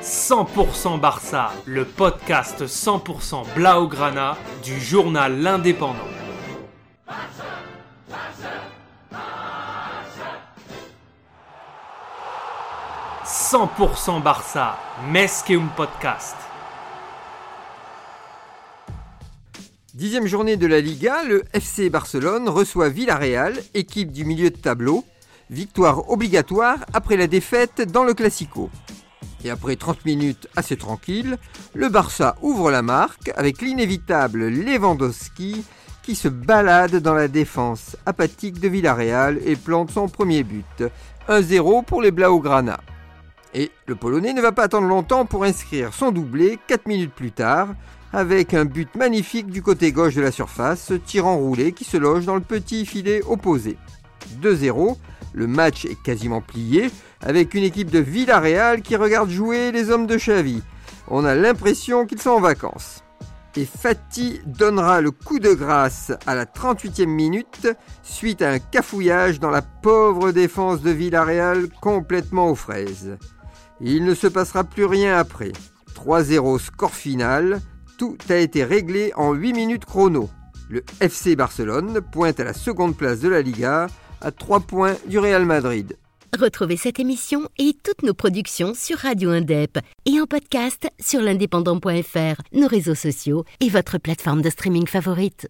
100% Barça, le podcast 100% Blaugrana du journal L'Indépendant. 100% Barça, més que un podcast. 10e journée de la Liga, le FC Barcelone reçoit Villarreal, équipe du milieu de tableau. Victoire obligatoire après la défaite dans le Classico. Et après 30 minutes assez tranquilles, le Barça ouvre la marque avec l'inévitable Lewandowski qui se balade dans la défense apathique de Villarreal et plante son premier but. 1-0 pour les Blaugrana. Et le Polonais ne va pas attendre longtemps pour inscrire son doublé 4 minutes plus tard avec un but magnifique du côté gauche de la surface, tir enroulé qui se loge dans le petit filet opposé. 2-0, le match est quasiment plié avec une équipe de Villarreal qui regarde jouer les hommes de Xavi. On a l'impression qu'ils sont en vacances. Et Fati donnera le coup de grâce à la 38e minute suite à un cafouillage dans la pauvre défense de Villarreal complètement aux fraises. Il ne se passera plus rien après. 3-0 score final, tout a été réglé en 8 minutes chrono. Le FC Barcelone pointe à la seconde place de la Liga à 3 points du Real Madrid. Retrouvez cette émission et toutes nos productions sur Radio Indep et en podcast sur l'indépendant.fr, nos réseaux sociaux et votre plateforme de streaming favorite.